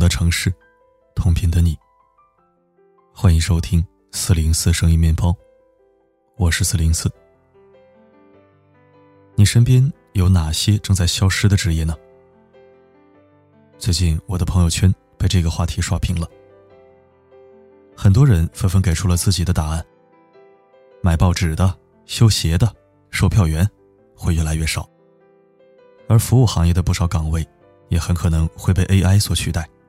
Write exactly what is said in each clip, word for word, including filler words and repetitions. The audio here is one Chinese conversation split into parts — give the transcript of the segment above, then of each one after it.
的城市，同频的你。欢迎收听四零四声音面包，我是四零四。你身边有哪些正在消失的职业呢？最近我的朋友圈被这个话题刷屏了，很多人纷纷给出了自己的答案。买报纸的、修鞋的、售票员会越来越少，而服务行业的不少岗位也很可能会被 A I 所取代。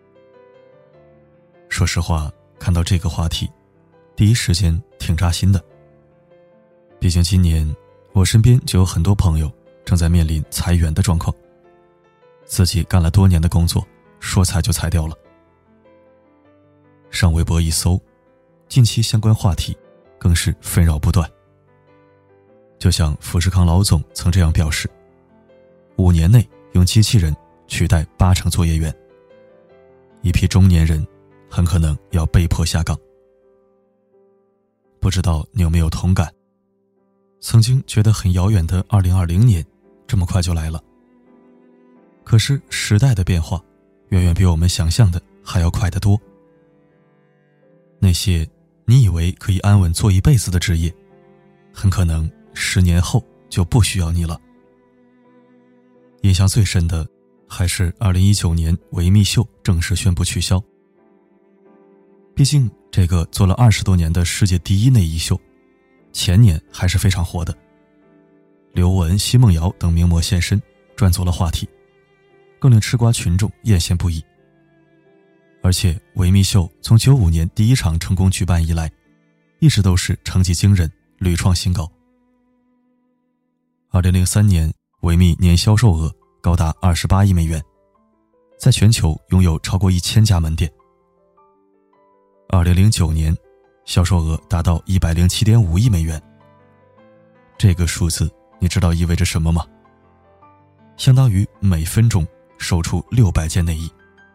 说实话，看到这个话题，第一时间挺扎心的。毕竟今年我身边就有很多朋友正在面临裁员的状况，自己干了多年的工作，说裁就裁掉了。上微博一搜，近期相关话题更是纷扰不断。就像富士康老总曾这样表示，五年内用机器人取代八成作业员，一批中年人很可能要被迫下岗。不知道你有没有同感？曾经觉得很遥远的二零二零年这么快就来了，可是时代的变化远远比我们想象的还要快得多。那些你以为可以安稳做一辈子的职业，很可能十年后就不需要你了。印象最深的还是二零一九年维密秀正式宣布取消。毕竟这个做了二十多年的世界第一内衣秀，前年还是非常火的，刘雯、奚梦瑶等名模现身，赚足了话题，更令吃瓜群众艳羡不已。而且维密秀从九五年第一场成功举办以来，一直都是成绩惊人，屡创新高。二零零三年维密年销售额高达二十八亿美元，在全球拥有超过一千家门店。二零零九年销售额达到一百零七点五亿美元。这个数字你知道意味着什么吗？相当于每分钟售出六百件内衣。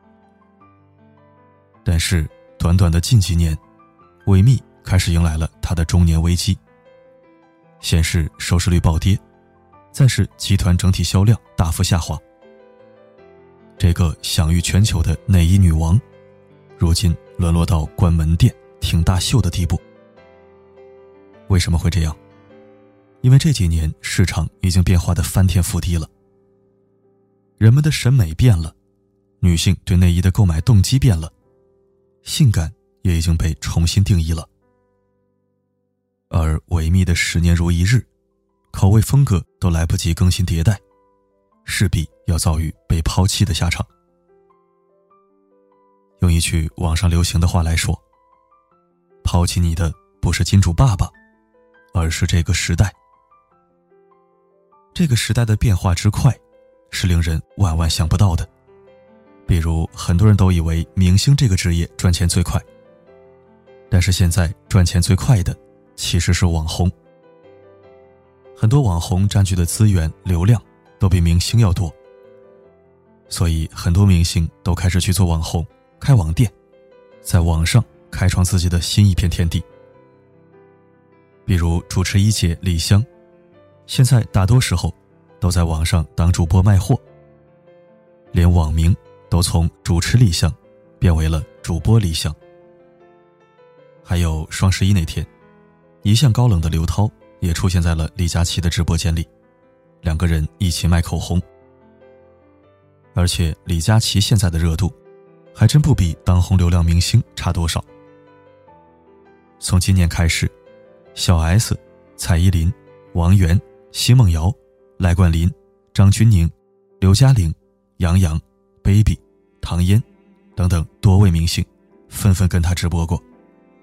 但是短短的近几年，维密开始迎来了它的中年危机。先是收视率暴跌，再是集团整体销量大幅下滑。这个享誉全球的内衣女王，如今沦落到关门店挺大秀的地步。为什么会这样？因为这几年市场已经变化得翻天覆地了，人们的审美变了，女性对内衣的购买动机变了，性感也已经被重新定义了。而维密的十年如一日，口味风格都来不及更新迭代，势必要遭遇被抛弃的下场。用一句网上流行的话来说，抛弃你的不是金主爸爸，而是这个时代。这个时代的变化之快，是令人万万想不到的。比如很多人都以为明星这个职业赚钱最快，但是现在赚钱最快的其实是网红。很多网红占据的资源流量都比明星要多，所以很多明星都开始去做网红，开网店，在网上开创自己的新一片天地。比如主持一姐李湘，现在大多时候都在网上当主播卖货，连网名都从主持李湘变为了主播李湘。还有双十一那天，一向高冷的刘涛也出现在了李佳琦的直播间里，两个人一起卖口红。而且李佳琦现在的热度还真不比当红流量明星差多少。从今年开始，小 S、蔡依林、王源、奚梦瑶、赖冠霖、张钧甯、刘嘉玲、杨洋、baby、唐嫣等等多位明星纷纷跟他直播过。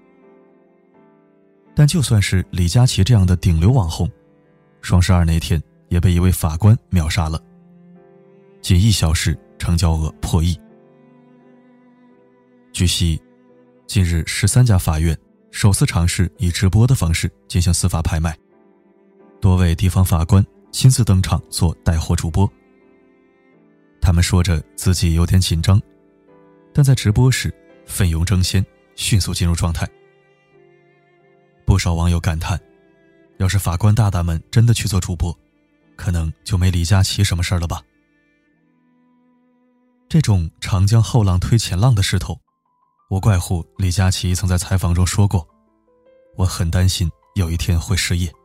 但就算是李佳琦这样的顶流网红，双十二那天也被一位法官秒杀了，仅一小时成交额破亿。据悉，近日十三家法院首次尝试以直播的方式进行司法拍卖，多位地方法官亲自登场做带货主播。他们说着自己有点紧张，但在直播时奋勇争先，迅速进入状态。不少网友感叹，要是法官大大们真的去做主播，可能就没李佳琦什么事儿了吧。 这种长江后浪推前浪的势头，无怪乎李佳琦曾在采访中说过，我很担心有一天会失业。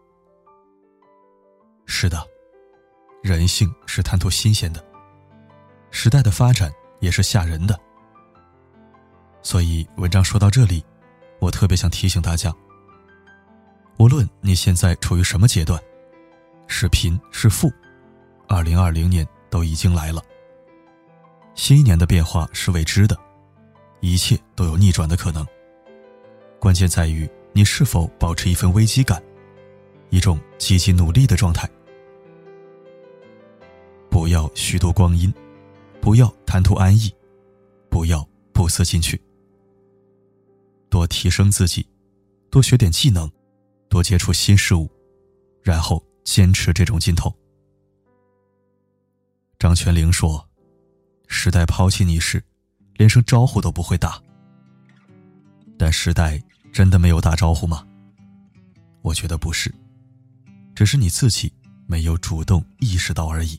是的，人性是贪图新鲜的，时代的发展也是吓人的。所以文章说到这里，我特别想提醒大家，无论你现在处于什么阶段，是贫是富，二零二零年都已经来了。新一年的变化是未知的，一切都有逆转的可能。关键在于你是否保持一份危机感，一种积极努力的状态。不要虚度光阴，不要贪图安逸，不要不思进取。多提升自己，多学点技能，多接触新事物，然后坚持这种劲头。张泉灵说，时代抛弃你时，连声招呼都不会打。但时代真的没有打招呼吗？我觉得不是，只是你自己没有主动意识到而已。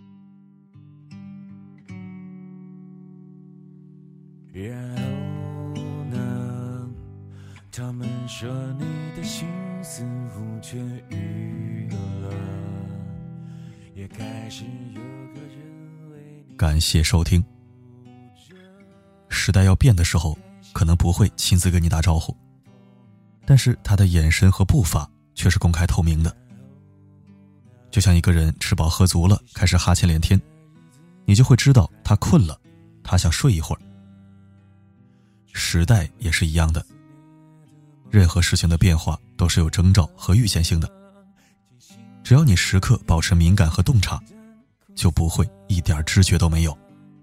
然后呢，他们说你的心似乎痊愈了，也开始有个人为你。 感谢收听。时代要变的时候，可能不会亲自跟你打招呼，但是他的眼神和步伐却是公开透明的。就像一个人吃饱喝足了，开始哈欠连天，你就会知道他困了，他想睡一会儿。时代也是一样的，任何事情的变化都是有征兆和预见性的，只要你时刻保持敏感和洞察，就不会一点知觉都没有。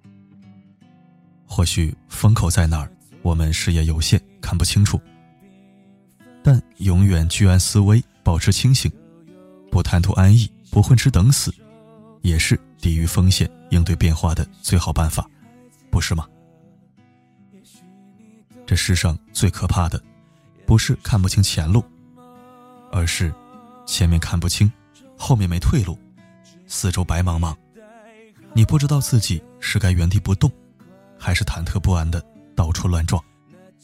或许风口在那儿，我们视野有限，看不清楚，但永远居安思危，保持清醒，不贪图安逸，不混吃等死，也是抵御风险、应对变化的最好办法，不是吗？这世上最可怕的，不是看不清前路，而是前面看不清，后面没退路，四周白茫茫，你不知道自己是该原地不动，还是忐忑不安的到处乱撞。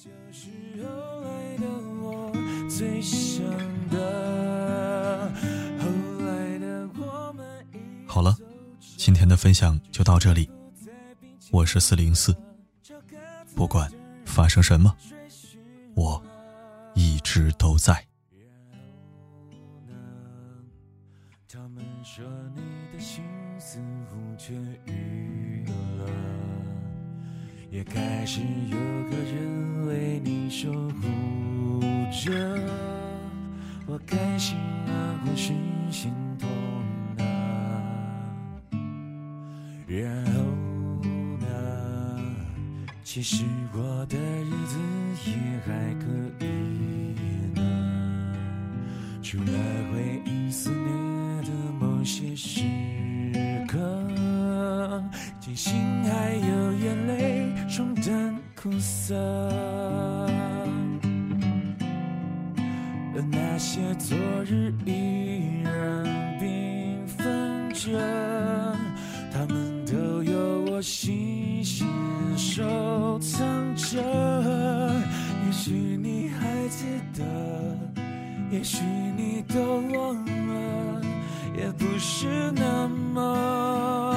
好了，今天的分享就到这里，我是四零四，不管发生什么，我一直都在。 他们说你的心似乎痊愈了，也开始有个人为你守护着。我该心啊，或是心痛啊，然后呢，其实我的日子也还可以呢，除了回忆思念的某些时刻，庆幸还有眼泪冲淡苦涩，而那些昨日依然缤纷着，他们都有我细心收藏着。也许你还记得，也许你都忘了，也不是那么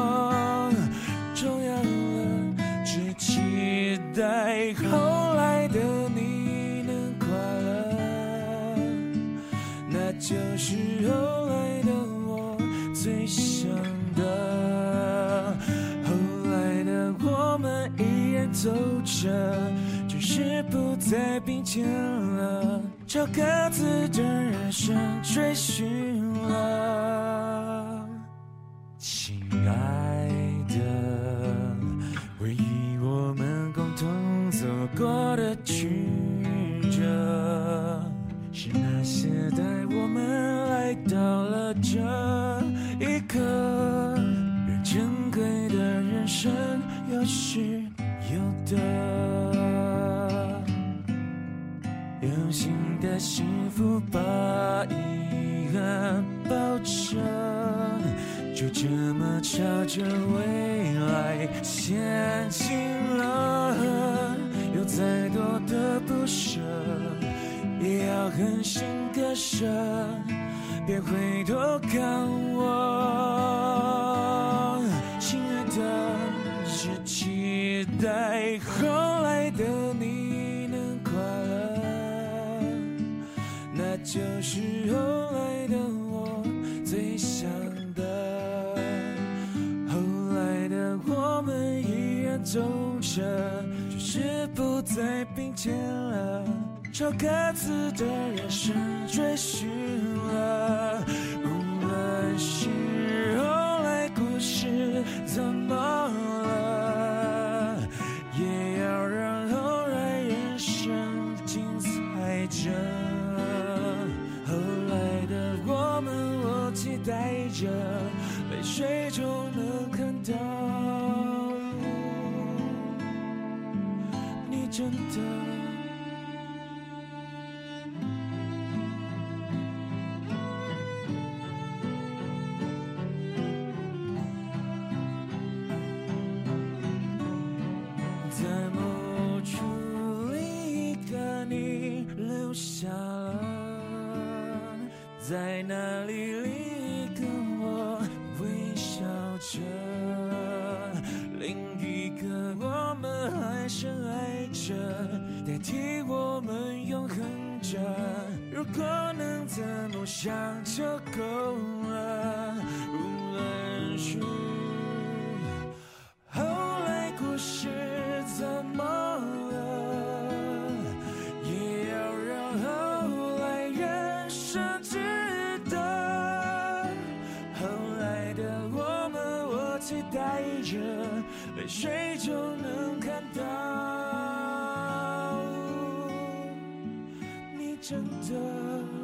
重要了，只期待后来的你能快乐，那就是后来的我最想的。后来的我们依然走着，只是不再并肩了，朝各自的人生追寻了。亲爱的，回忆我们共同走过的曲折，是那些带我们来到了这一刻，让珍贵的人生有失有得，用心的幸福把遗憾抱着， 就这么朝着未来前进了。有再多的不舍，也要狠心割舍，别回头看我。亲爱的，只期待后来的你能快乐，那就是后来的我最想的。后来的我们依然走着，只是不再并肩了，朝各自的人生追寻了。无论是后来故事怎么了，也要让后来人生精彩着。后来的我们，我期待着，泪水中能看到你真的在某处另一个你留下了，在那里另一个我微笑着，另一个我们还深爱着，代替我们永恒着。如果能这么想就够了，无论是后来故事怎么了，也要让后来人生值得。后来的我们，我期待着，泪水中能看到你真的